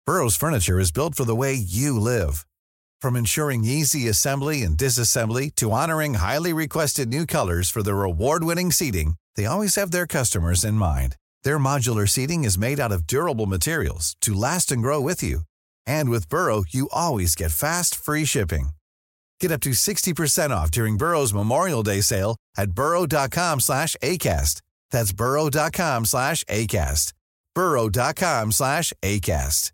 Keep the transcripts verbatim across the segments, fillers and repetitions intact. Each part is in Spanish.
Burrow's furniture is built for the way you live. From ensuring easy assembly and disassembly to honoring highly requested new colors for their award-winning seating, they always have their customers in mind. Their modular seating is made out of durable materials to last and grow with you. And with Burrow, you always get fast, free shipping. Get up to sixty percent off during Burrow's Memorial Day sale at burrow.com slash ACAST. That's burrow.com slash ACAST. burrow.com slash ACAST.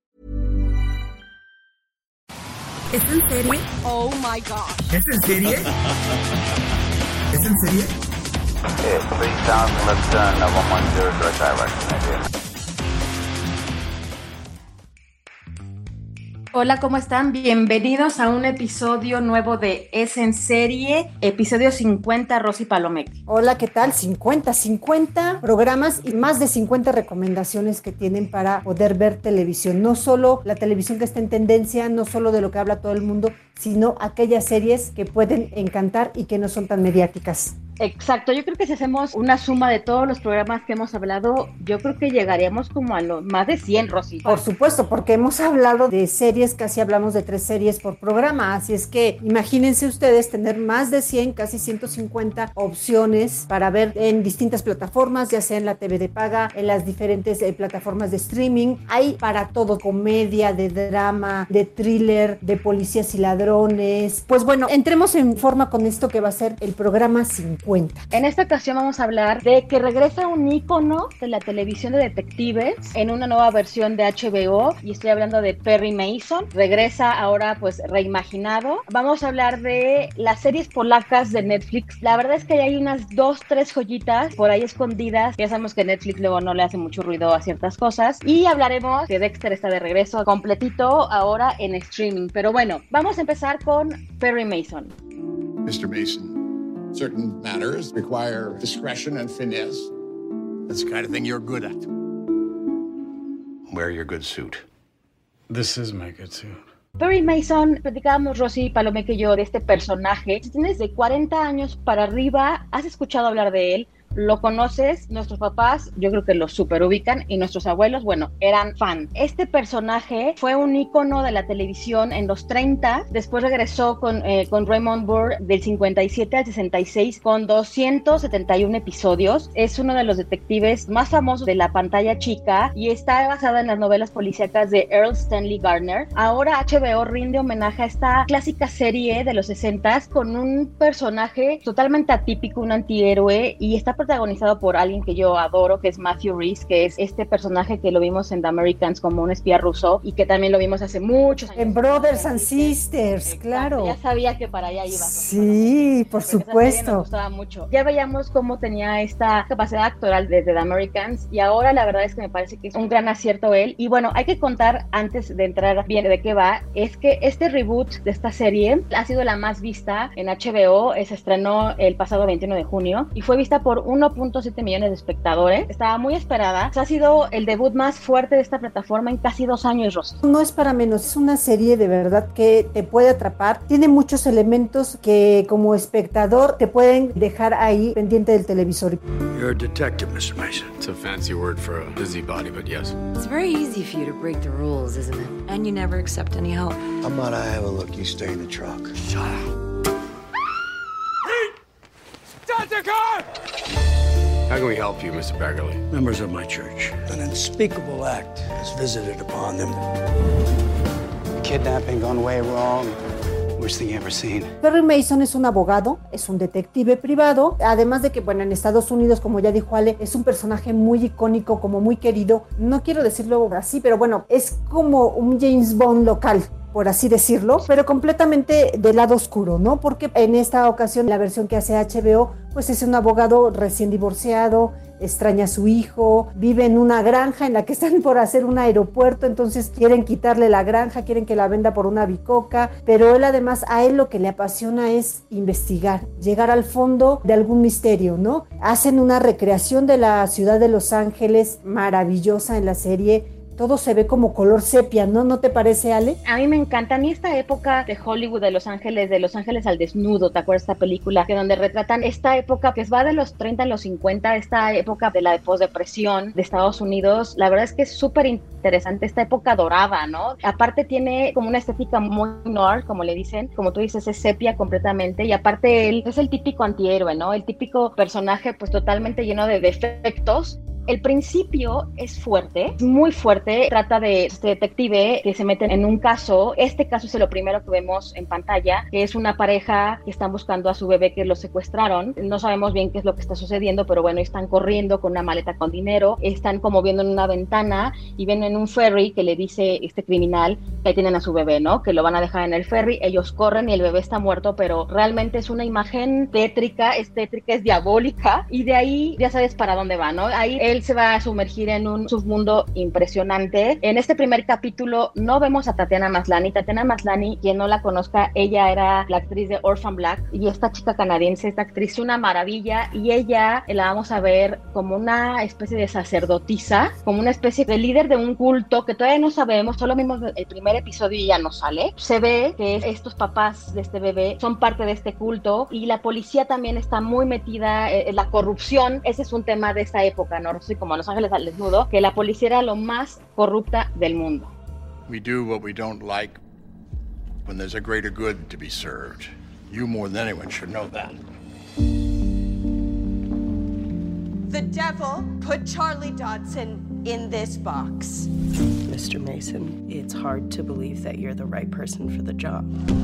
¿Es en serie? Oh my gosh. ¿Es en serie? ¿Es en serie? Okay, three thousand, let's turn uh, one one zero direct direction. Hola, ¿cómo están? Bienvenidos a un episodio nuevo de Es en Serie, episodio cincuenta, Rosy Palomeque. Hola, ¿qué tal? cincuenta, cincuenta programas y más de cincuenta recomendaciones que tienen para poder ver televisión. No solo la televisión que está en tendencia, no solo de lo que habla todo el mundo, sino aquellas series que pueden encantar y que no son tan mediáticas. Exacto, yo creo que si hacemos una suma de todos los programas que hemos hablado, yo creo que llegaríamos como a los más de cien, Rosy. Por supuesto, porque hemos hablado de series, casi hablamos de tres series por programa, así es que imagínense ustedes tener más de cien, casi ciento cincuenta opciones para ver en distintas plataformas, ya sea en la T V de paga, en las diferentes eh, plataformas de streaming. Hay para todo, comedia, de drama, de thriller, de policías y ladrones. Pues bueno, entremos en forma con esto que va a ser el programa cincuenta. En esta ocasión vamos a hablar de que regresa un ícono de la televisión de detectives en una nueva versión de H B O, y estoy hablando de Perry Mason. Regresa ahora pues reimaginado. Vamos a hablar de las series polacas de Netflix. La verdad es que hay unas dos, tres joyitas por ahí escondidas. Ya sabemos que Netflix luego no le hace mucho ruido a ciertas cosas. Y hablaremos que Dexter está de regreso completito ahora en streaming. Pero bueno, vamos a empezar con Perry Mason. mister Mason, certain matters require discretion and finesse. That's the kind of thing you're good at. Wear your good suit. This is my good suit. Perry Mason, platicábamos Rosy Palomeque y yo de este personaje. Si tienes de cuarenta años para arriba, has escuchado hablar de él, lo conoces, nuestros papás yo creo que lo super ubican y nuestros abuelos, bueno, eran fan. Este personaje fue un ícono de la televisión en los treinta, después regresó con, eh, con Raymond Burr del cincuenta y siete al sesenta y seis con doscientos setenta y uno episodios. Es uno de los detectives más famosos de la pantalla chica y está basada en las novelas policíacas de Earl Stanley Gardner. Ahora H B O rinde homenaje a esta clásica serie de los sesentas con un personaje totalmente atípico, un antihéroe, y está protagonizado por alguien que yo adoro, que es Matthew Rhys, que es este personaje que lo vimos en The Americans como un espía ruso y que también lo vimos hace muchos años. En Brothers and Sisters, exacto, claro. Ya sabía que para allá iba. Sí, por supuesto. Me gustaba mucho. Ya veíamos cómo tenía esta capacidad actoral desde The Americans y ahora la verdad es que me parece que es un gran acierto él. Y bueno, hay que contar antes de entrar bien de qué va, es que este reboot de esta serie ha sido la más vista en H B O. Se estrenó el pasado veintiuno de junio y fue vista por uno punto siete millones de espectadores. Estaba muy esperada. Ha sido el debut más fuerte de esta plataforma en casi dos años, Rosy. No es para menos, es una serie de verdad que te puede atrapar. Tiene muchos elementos que como espectador te pueden dejar ahí pendiente del televisor. You're a detective, mister Mason. It's a fancy word for a busybody, but yes. It's very easy for you to break the rules, isn't it? And you never accept any help. How about I have a look? You stay in the truck. Shut up. Stop the car! How can we help you, Mister Baggerly? Members of my church. An unspeakable act has visited upon them. Kidnapping gone way wrong. Worst thing ever seen. Perry Mason es un abogado, es un detective privado, además de que, bueno, en Estados Unidos, como ya dijo Ale, es un personaje muy icónico, como muy querido. No quiero decirlo así, pero bueno, es como un James Bond local, por así decirlo, pero completamente del lado oscuro, ¿no? Porque en esta ocasión la versión que hace H B O, pues es un abogado recién divorciado, extraña a su hijo, vive en una granja en la que están por hacer un aeropuerto, entonces quieren quitarle la granja, quieren que la venda por una bicoca, pero él además, a él lo que le apasiona es investigar, llegar al fondo de algún misterio, ¿no? Hacen una recreación de la ciudad de Los Ángeles maravillosa en la serie, todo se ve como color sepia, ¿no? ¿No te parece, Ale? A mí me encanta, a mí esta época de Hollywood, de Los Ángeles, de Los Ángeles al desnudo, ¿te acuerdas de esta película? Que donde retratan esta época que va de los treinta a los cincuenta, esta época de la posdepresión de Estados Unidos. La verdad es que es súper interesante esta época dorada, ¿no? Aparte tiene como una estética muy noir, como le dicen, como tú dices, es sepia completamente, y aparte él es el típico antihéroe, ¿no? El típico personaje pues totalmente lleno de defectos. El principio es fuerte, muy fuerte, trata de este detective que se mete en un caso. Este caso es lo primero que vemos en pantalla, que es una pareja que están buscando a su bebé que lo secuestraron. No sabemos bien qué es lo que está sucediendo, pero bueno, están corriendo con una maleta con dinero, están como viendo en una ventana y ven en un ferry que le dice este criminal que ahí tienen a su bebé, ¿no? Que lo van a dejar en el ferry, ellos corren y el bebé está muerto, pero realmente es una imagen tétrica, es tétrica, es diabólica, y de ahí ya sabes para dónde va, ¿no? Ahí él se va a sumergir en un submundo impresionante. En este primer capítulo no vemos a Tatiana Maslany. Tatiana Maslany, quien no la conozca, ella era la actriz de Orphan Black, y esta chica canadiense, esta actriz, una maravilla, y ella la vamos a ver como una especie de sacerdotisa, como una especie de líder de un culto que todavía no sabemos, solo vimos el primer episodio y ya no sale. Se ve que estos papás de este bebé son parte de este culto, y la policía también está muy metida en la corrupción. Ese es un tema de esta época, ¿no? Así como Los Ángeles al desnudo, que la policía era lo más corrupta del mundo. We do what we don't like when there's a greater good to be served. You more than anyone should know that. The devil put Charlie Dodson in this box. Mister Mason, it's hard to believe that you're the right person for the job.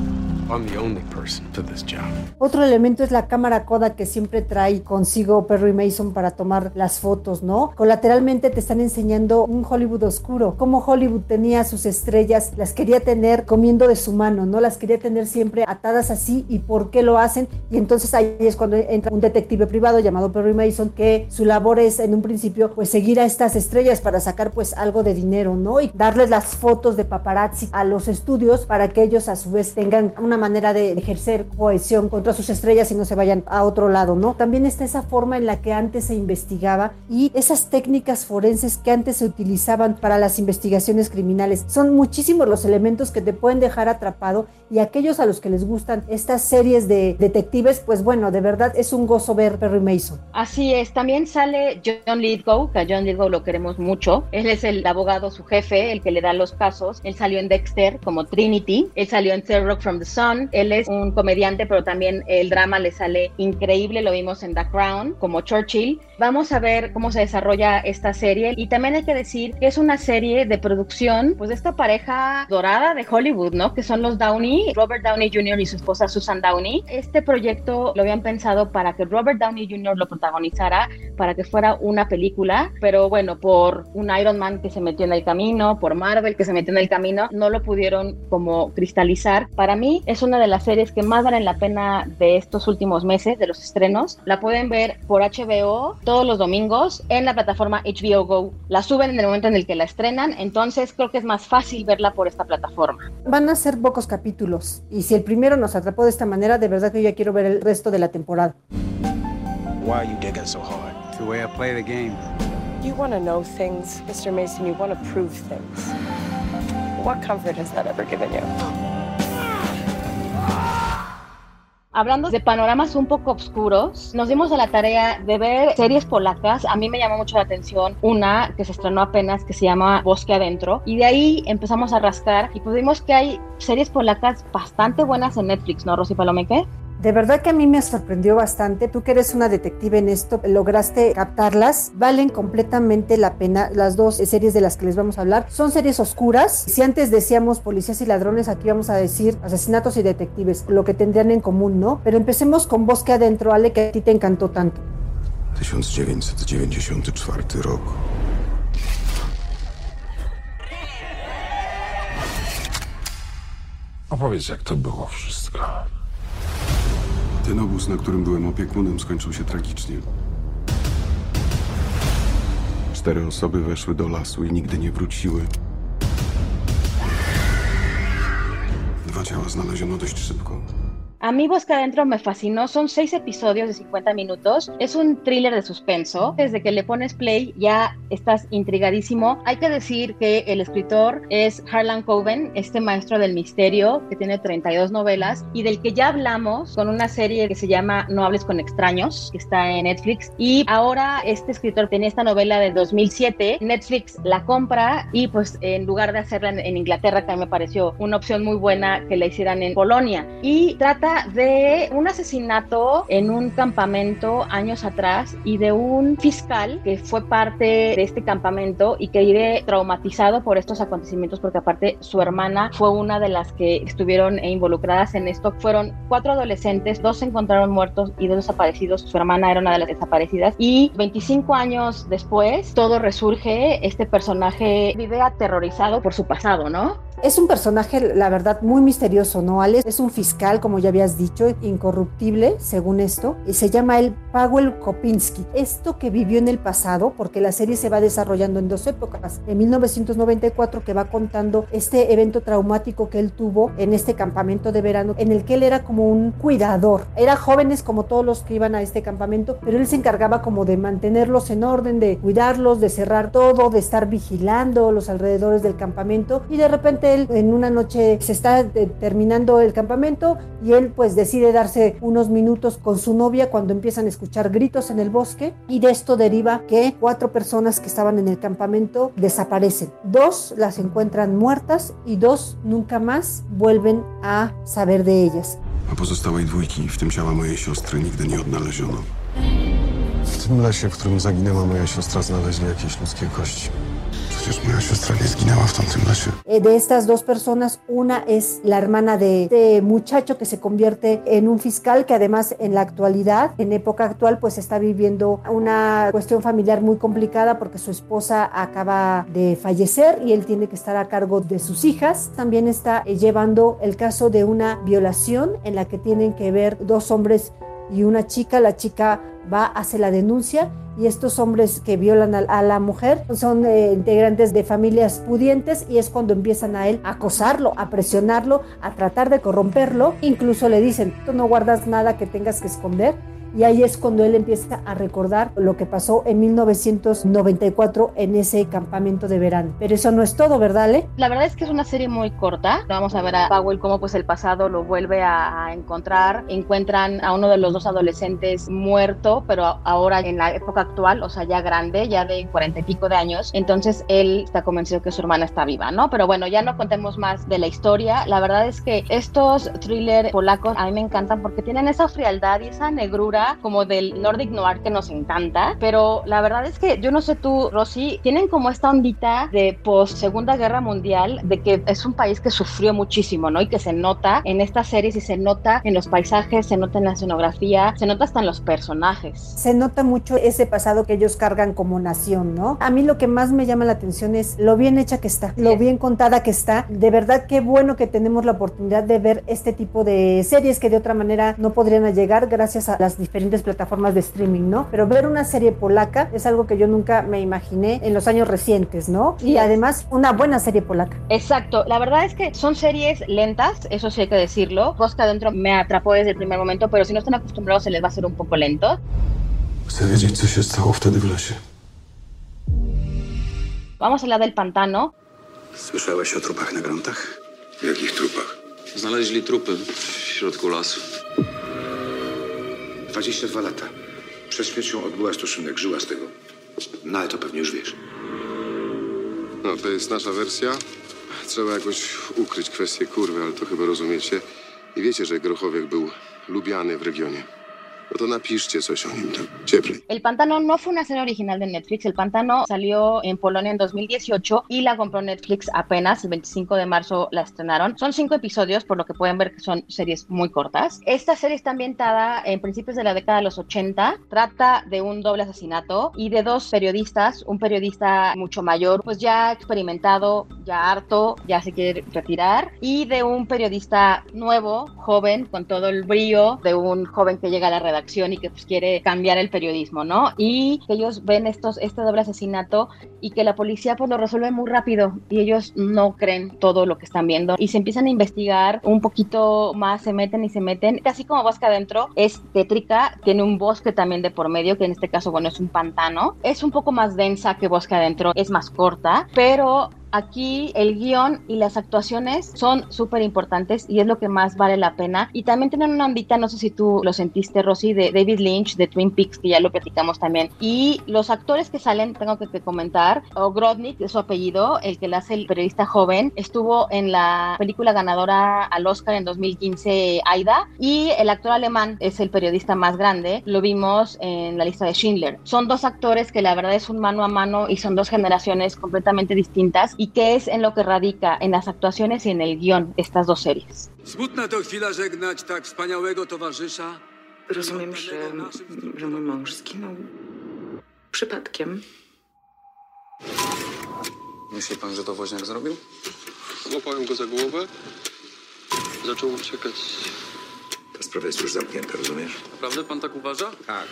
I'm the only person for this job. Otro elemento es la cámara Kodak que siempre trae consigo Perry Mason para tomar las fotos, ¿no? Colateralmente te están enseñando un Hollywood oscuro, cómo Hollywood tenía sus estrellas, las quería tener comiendo de su mano, ¿no? Las quería tener siempre atadas así, y por qué lo hacen. Y entonces ahí es cuando entra un detective privado llamado Perry Mason, que su labor es en un principio pues seguir a estas estrellas para sacar pues algo de dinero, ¿no? Y darles las fotos de paparazzi a los estudios para que ellos a su vez tengan una manera de ejercer cohesión contra sus estrellas y no se vayan a otro lado, ¿no? También está esa forma en la que antes se investigaba y esas técnicas forenses que antes se utilizaban para las investigaciones criminales. Son muchísimos los elementos que te pueden dejar atrapado, y aquellos a los que les gustan estas series de detectives, pues bueno, de verdad es un gozo ver Perry Mason. Así es, también sale John Lithgow, que a John Lithgow lo queremos mucho. Él es el abogado, su jefe, el que le da los casos. Él salió en Dexter como Trinity, él salió en Third Rock from the Sun. Él es un comediante, pero también el drama le sale increíble. Lo vimos en The Crown como Churchill. Vamos a ver cómo se desarrolla esta serie, y también hay que decir que es una serie de producción pues de esta pareja dorada de Hollywood, ¿no? Que son los Downey, Robert Downey junior y su esposa Susan Downey. Este proyecto lo habían pensado para que Robert Downey junior lo protagonizara, para que fuera una película, pero bueno, por un Iron Man que se metió en el camino, por Marvel que se metió en el camino, no lo pudieron como cristalizar. Para mí es una de las series que más valen la pena de estos últimos meses, de los estrenos. La pueden ver por H B O todos los domingos en la plataforma H B O Go. La suben en el momento en el que la estrenan, entonces creo que es más fácil verla por esta plataforma. Van a ser pocos capítulos, y si el primero nos atrapó de esta manera, de verdad que yo ya quiero ver el resto de la temporada. Why are you digging so hard? It's the way I play the game. You want to know things, Mister Mason. You want to prove things. What comfort has that ever given you? Hablando de panoramas un poco oscuros, nos dimos a la tarea de ver series polacas. A mí me llamó mucho la atención una que se estrenó apenas, que se llama Bosque Adentro, y de ahí empezamos a rascar y pudimos que hay series polacas bastante buenas en Netflix, ¿no, Rosy Palomeque? De verdad que a mí me sorprendió bastante. Tú que eres una detective en esto, lograste captarlas. Valen completamente la pena. Las dos series de las que les vamos a hablar son series oscuras. Si antes decíamos policías y ladrones, aquí vamos a decir asesinatos y detectives, lo que tendrían en común, ¿no? Pero empecemos con Bosque Adentro, Ale, que a ti te encantó tanto. tysiąc dziewięćset dziewięćdziesiąty czwarty rok. Opowiedz, jak to było wszystko. Ten obóz, na którym byłem opiekunem, skończył się tragicznie. Cztery osoby weszły do lasu i nigdy nie wróciły. Dwa ciała znaleziono dość szybko. A mí Bosque Adentro me fascinó, son seis episodios de cincuenta minutos, es un thriller de suspenso, desde que le pones play ya estás intrigadísimo. Hay que decir que el escritor es Harlan Coben, este maestro del misterio que tiene treinta y dos novelas y del que ya hablamos con una serie que se llama No hables con extraños, que está en Netflix, y ahora este escritor tenía esta novela de dos mil siete, Netflix la compra y pues en lugar de hacerla en, en Inglaterra, que a mí me pareció una opción muy buena que la hicieran en Polonia, y trata de un asesinato en un campamento años atrás y de un fiscal que fue parte de este campamento y que vive traumatizado por estos acontecimientos porque aparte su hermana fue una de las que estuvieron involucradas en esto. Fueron cuatro adolescentes, dos se encontraron muertos y dos desaparecidos. Su hermana era una de las desaparecidas y veinticinco años después todo resurge. Este personaje vive aterrorizado por su pasado, ¿no? Es un personaje, la verdad, muy misterioso, ¿no, Alex? Es un fiscal, como ya habías dicho, incorruptible, según esto, y se llama él Paweł Kopinski. Esto que vivió en el pasado, porque la serie se va desarrollando en dos épocas, en mil novecientos noventa y cuatro, que va contando este evento traumático que él tuvo en este campamento de verano, en el que él era como un cuidador. Era jóvenes como todos los que iban a este campamento, pero él se encargaba como de mantenerlos en orden, de cuidarlos, de cerrar todo, de estar vigilando los alrededores del campamento, y de repente él en una noche se está de, terminando el campamento y él pues decide darse unos minutos con su novia cuando empiezan a escuchar gritos en el bosque, y de esto deriva que cuatro personas que estaban en el campamento desaparecen. Dos las encuentran muertas y dos nunca más vuelven a saber de ellas. A pozostałej dwójki, w tym ciała mojej siostry, nigdy nie odnaleziono. W tym lesie, w którym zaginęła moja siostra, znaleźli jakieś ludzkie kości. Przecież moja siostra nie zginęła w tamtym lesie. De estas dos personas, una es la hermana de este muchacho que se convierte en un fiscal, que además en la actualidad, en época actual, pues está viviendo una cuestión familiar muy complicada porque su esposa acaba de fallecer y él tiene que estar a cargo de sus hijas. También está llevando el caso de una violación en la que tienen que ver dos hombres y una chica. La chica va, hace la denuncia, y estos hombres que violan a, a la mujer son eh, integrantes de familias pudientes, y es cuando empiezan a él a acosarlo, a presionarlo, a tratar de corromperlo. Incluso le dicen: tú no guardas nada que tengas que esconder. Y ahí es cuando él empieza a recordar lo que pasó en mil novecientos noventa y cuatro en ese campamento de verano. Pero eso no es todo, ¿verdad, Ale? La verdad es que es una serie muy corta. Vamos a ver a Paweł cómo pues el pasado lo vuelve a, a encontrar. Encuentran a uno de los dos adolescentes muerto, pero ahora en la época actual, o sea, ya grande, ya de cuarenta y pico de años. Entonces él está convencido que su hermana está viva, ¿no? Pero bueno, ya no contemos más de la historia. La verdad es que estos thrillers polacos a mí me encantan porque tienen esa frialdad y esa negrura como del Nordic Noir que nos encanta, pero la verdad es que yo no sé tú, Rosy, tienen como esta ondita de post Segunda Guerra Mundial, de que es un país que sufrió muchísimo, ¿no? Y que se nota en estas series y se nota en los paisajes, se nota en la escenografía, se nota hasta en los personajes. Se nota mucho ese pasado que ellos cargan como nación, ¿no? A mí lo que más me llama la atención es lo bien hecha que está, lo bien contada que está. De verdad, qué bueno que tenemos la oportunidad de ver este tipo de series que de otra manera no podrían llegar gracias a las diferentes plataformas de streaming, ¿no? Pero ver una serie polaca es algo que yo nunca me imaginé en los años recientes, ¿no? Y además una buena serie polaca. Exacto, la verdad es que son series lentas, eso sí hay que decirlo. Bosque Adentro me atrapó desde el primer momento, pero si no están acostumbrados se les va a hacer un poco lento. Chcę wiedzieć, co się stało wtedy w lesie. Vamos a hablar del pantano. Słyszałeś o trupach na gruntach? Jakich trupach? Znaleźli trupy w środku lasu. dwadzieścia dwa lata. Przed śmiercią odbyła stosunek, żyła z tego. No ale to pewnie już wiesz. No, to jest nasza wersja. Trzeba jakoś ukryć kwestię kurwy, ale to chyba rozumiecie. I wiecie, że Grochowiak był lubiany w regionie. No to napiszcie coś o nim tam, cieplej. El Pantano no fue una serie original de Netflix. El Pantano salió en Polonia en dos mil dieciocho y la compró Netflix apenas, el veinticinco de marzo la estrenaron. Son cinco episodios, por lo que pueden ver que son series muy cortas. Esta serie está ambientada en principios de la década de los ochenta. Trata de un doble asesinato y de dos periodistas. Un periodista mucho mayor, pues ya experimentado, ya harto, ya se quiere retirar. Y de un periodista nuevo, joven, con todo el brillo de un joven que llega a la redacción redacción y que pues quiere cambiar el periodismo, ¿no? Y que ellos ven estos, este doble asesinato y que la policía pues lo resuelve muy rápido y ellos no creen todo lo que están viendo y se empiezan a investigar un poquito más, se meten y se meten, así como Bosque Adentro es tétrica, tiene un bosque también de por medio, que en este caso, bueno, es un pantano, es un poco más densa que Bosque Adentro, es más corta, pero aquí el guión y las actuaciones son súper importantes y es lo que más vale la pena. Y también tienen una ondita, no sé si tú lo sentiste, Rosy, de David Lynch, de Twin Peaks, que ya lo platicamos también. Y los actores que salen, tengo que, que comentar, Ogrodnik, es su apellido, el que le hace el periodista joven, estuvo en la película ganadora al Oscar en dos mil quince, Aida, y el actor alemán es el periodista más grande, lo vimos en La lista de Schindler. Son dos actores que la verdad es un mano a mano y son dos generaciones completamente distintas, y que es en lo que radica en las actuaciones y en el guión de estas dos series. Smutna to chwila żegnać tak wspaniałego towarzysza. Rozumiem, że, że mój mąż zginął przypadkiem. Myśli pan, że to woźniak zrobił? Złapałem go za głowę. Zaczął uciekać. Ta sprawa jest już zamknięta, rozumiesz? Naprawdę pan tak uważa? Tak.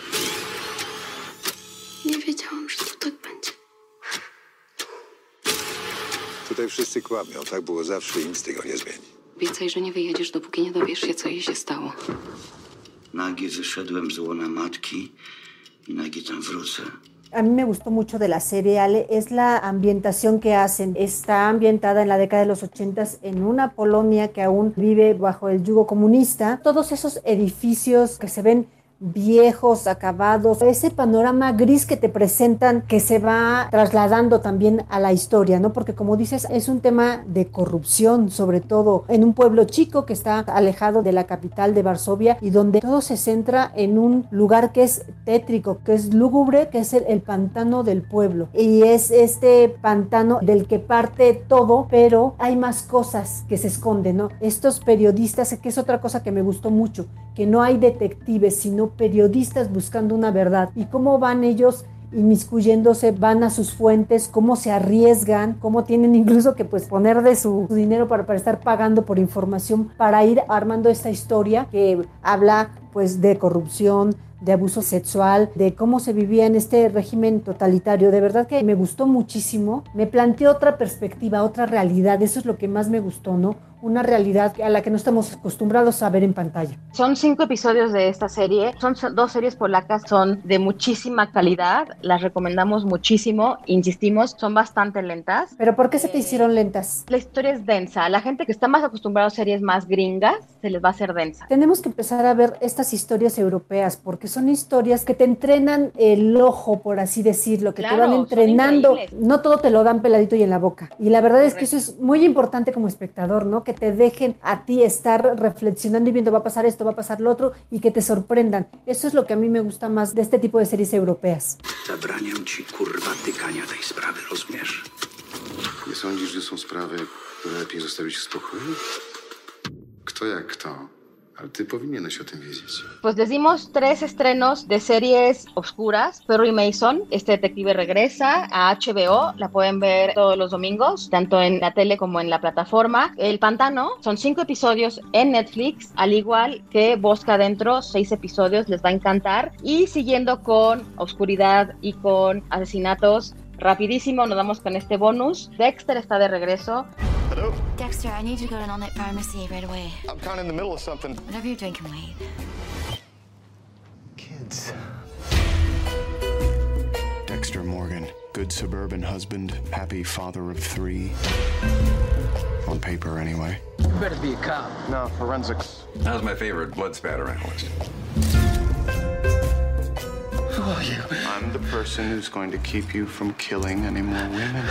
Nie wiedziałam, że to tak będzie. Tutaj wszyscy kłamią. Tak było zawsze i nic tego nie zmieni. Obiecaj, że nie wyjedziesz, dopóki nie dowiesz się, co jej się stało. Nagi wyszedłem z łona matki i nagi tam wrócę. A mí me gustó mucho de la serie, Ale, es la ambientación que hacen. Está ambientada en la década de los ochentas en una Polonia que aún vive bajo el yugo comunista. Todos esos edificios que se ven viejos, acabados, ese panorama gris que te presentan que se va trasladando también a la historia, ¿no? Porque como dices, es un tema de corrupción, sobre todo en un pueblo chico que está alejado de la capital de Varsovia y donde todo se centra en un lugar que es tétrico, que es lúgubre, que es el, el pantano del pueblo. Y es este pantano del que parte todo, pero hay más cosas que se esconden, ¿no? Estos periodistas, que es otra cosa que me gustó mucho, que no hay detectives, sino periodistas buscando una verdad y cómo van ellos inmiscuyéndose, van a sus fuentes, cómo se arriesgan, cómo tienen incluso que pues poner de su, su dinero para, para estar pagando por información para ir armando esta historia que habla pues de corrupción, de abuso sexual, de cómo se vivía en este régimen totalitario. De verdad que me gustó muchísimo, me planteó otra perspectiva, otra realidad, eso es lo que más me gustó, ¿no? Una realidad a la que no estamos acostumbrados a ver en pantalla. Son cinco episodios de esta serie, son dos series polacas, son de muchísima calidad, las recomendamos muchísimo, insistimos, son bastante lentas. ¿Pero por qué se te hicieron lentas? La historia es densa, la gente que está más acostumbrada a series más gringas, se les va a hacer densa. Tenemos que empezar a ver estas historias europeas, porque son historias que te entrenan el ojo, por así decirlo, que claro, te van entrenando, no todo te lo dan peladito y en la boca. Y la verdad Correcto. Es que eso es muy importante como espectador, ¿no? Que te dejen a ti estar reflexionando y viendo va a pasar esto, va a pasar lo otro y que te sorprendan. Eso es lo que a mí me gusta más de este tipo de series europeas. Zabraniam ci, kurwa, tykania tej sprawy, rozumiesz? Nie sądzisz, że są sprawy, które lepiej zostawić w spokoju? Kto jak kto? Ale ty powinieneś o tym wiedzieć. Pues les dimos tres estrenos de series oscuras. Perry Mason, este detective regresa a H B O, la pueden ver todos los domingos, tanto en la tele como en la plataforma. El Pantano, son cinco episodios en Netflix, al igual que Bosque Adentro, seis episodios, les va a encantar. Y siguiendo con oscuridad y con asesinatos, rapidísimo nos damos con este bonus. Dexter está de regreso. Hello? Dexter, I need you to go to an all-night pharmacy right away. I'm kind of in the middle of something. Whatever you're drinking, wait. Kids. Dexter Morgan, good suburban husband, happy father of three. On paper, anyway. You better be a cop. No, forensics. That was my favorite blood spatter analyst. Who are you? I'm the person who's going to keep you from killing any more women.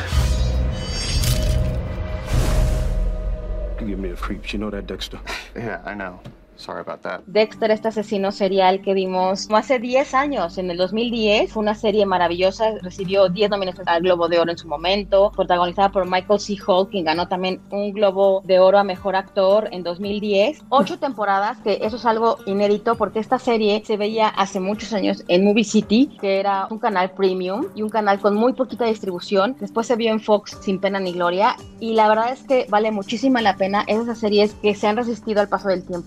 You give me the creeps. You know that, Dexter? Yeah, I know. Sorry about that. Dexter, este asesino serial que vimos hace diez años, en el dos mil diez, fue una serie maravillosa, recibió diez nominaciones al Globo de Oro en su momento, protagonizada por Michael C. Hall, quien ganó también un Globo de Oro a Mejor Actor en dos mil diez. Ocho temporadas, que eso es algo inédito porque esta serie se veía hace muchos años en Movie City, que era un canal premium y un canal con muy poquita distribución. Después se vio en Fox sin pena ni gloria y la verdad es que vale muchísima la pena. Es esas series que se han resistido al paso del tiempo. Si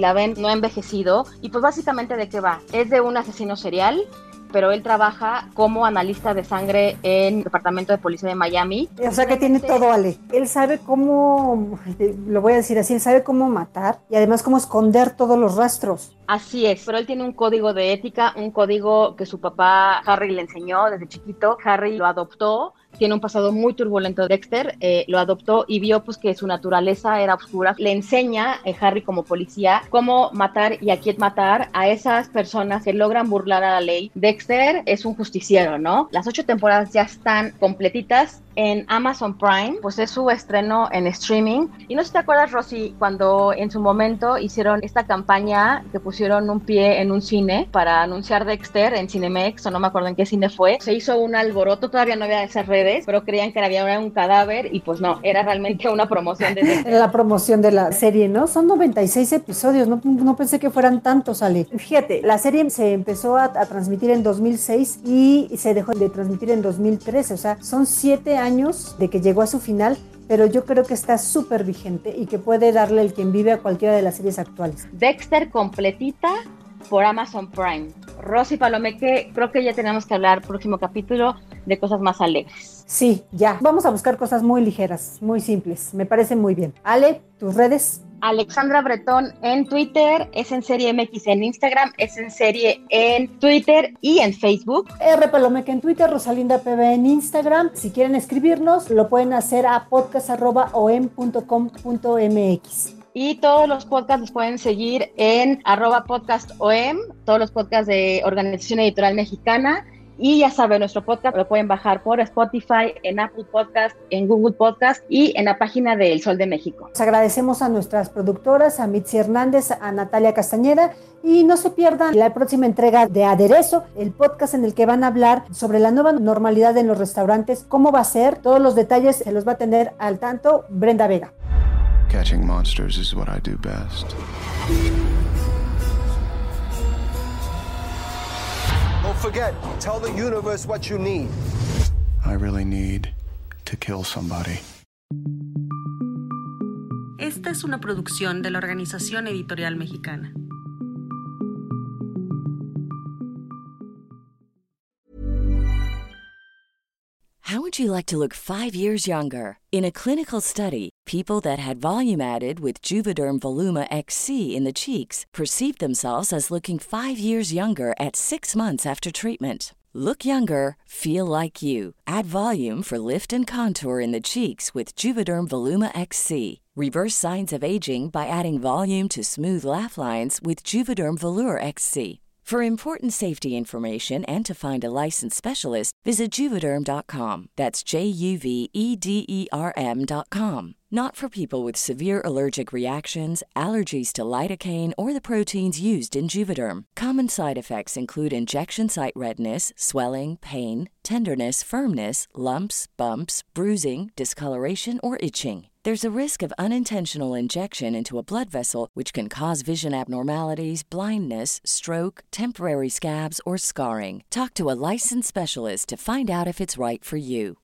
la ven, no ha envejecido. Y pues básicamente, ¿de qué va? Es de un asesino serial, pero él trabaja como analista de sangre en el Departamento de Policía de Miami. O sea que tiene todo, Ale. Él sabe cómo, lo voy a decir así, él sabe cómo matar y además cómo esconder todos los rastros. Así es, pero él tiene un código de ética, un código que su papá Harry le enseñó desde chiquito. Harry lo adoptó. Tiene un pasado muy turbulento. Dexter eh, lo adoptó y vio pues que su naturaleza era oscura. Le enseña eh, Harry como policía cómo matar y a quién matar a esas personas que logran burlar a la ley. Dexter es un justiciero, ¿no? Las ocho temporadas ya están completitas en Amazon Prime, pues es su estreno en streaming. Y no sé si te acuerdas, Rosy, cuando en su momento hicieron esta campaña que pusieron un pie en un cine para anunciar Dexter en Cinemex, o no me acuerdo en qué cine fue. Se hizo un alboroto, todavía no había esas redes, pero creían que había un cadáver y pues no, era realmente una promoción de Dexter. Era la promoción de la serie, ¿no? Son noventa y seis episodios, no, no pensé que fueran tantos, Ale. Fíjate, la serie se empezó a, a transmitir en dos mil seis y se dejó de transmitir en dos mil trece, o sea, son siete años de que llegó a su final, pero yo creo que está súper vigente y que puede darle el quien vive a cualquiera de las series actuales. Dexter completita por Amazon Prime. Rosy Palomeque, creo que ya tenemos que hablar próximo capítulo de cosas más alegres. Sí, ya. Vamos a buscar cosas muy ligeras, muy simples. Me parece muy bien. Ale, ¿tus redes? Alexandra Bretón en Twitter, Es en Serie M X en Instagram, Es en Serie en Twitter y en Facebook. R Palomeque en Twitter, Rosalinda P B en Instagram. Si quieren escribirnos, lo pueden hacer a podcast arroba o m punto com punto m x. Y todos los podcasts los pueden seguir en arroba podcastom, todos los podcasts de Organización Editorial Mexicana. Y ya saben, nuestro podcast lo pueden bajar por Spotify, en Apple Podcast, en Google Podcast y en la página de El Sol de México. Les agradecemos a nuestras productoras, a Mitzi Hernández, a Natalia Castañeda, y no se pierdan la próxima entrega de Aderezo, el podcast en el que van a hablar sobre la nueva normalidad en los restaurantes, cómo va a ser, todos los detalles se los va a tener al tanto Brenda Vega. Catching monsters is what I do best. Don't forget, tell the universe what you need. I really need to kill somebody. Esta es una producción de la Organización Editorial Mexicana. How would you like to look five years younger? In a clinical study, people that had volume added with Juvederm Voluma X C in the cheeks perceived themselves as looking five years younger at six months after treatment. Look younger, feel like you. Add volume for lift and contour in the cheeks with Juvederm Voluma X C. Reverse signs of aging by adding volume to smooth laugh lines with Juvederm Volure X C. For important safety information and to find a licensed specialist, visit Juvederm dot com. That's J U V E D E R M dot com. Not for people with severe allergic reactions, allergies to lidocaine, or the proteins used in Juvederm. Common side effects include injection site redness, swelling, pain, tenderness, firmness, lumps, bumps, bruising, discoloration, or itching. There's a risk of unintentional injection into a blood vessel, which can cause vision abnormalities, blindness, stroke, temporary scabs, or scarring. Talk to a licensed specialist to find out if it's right for you.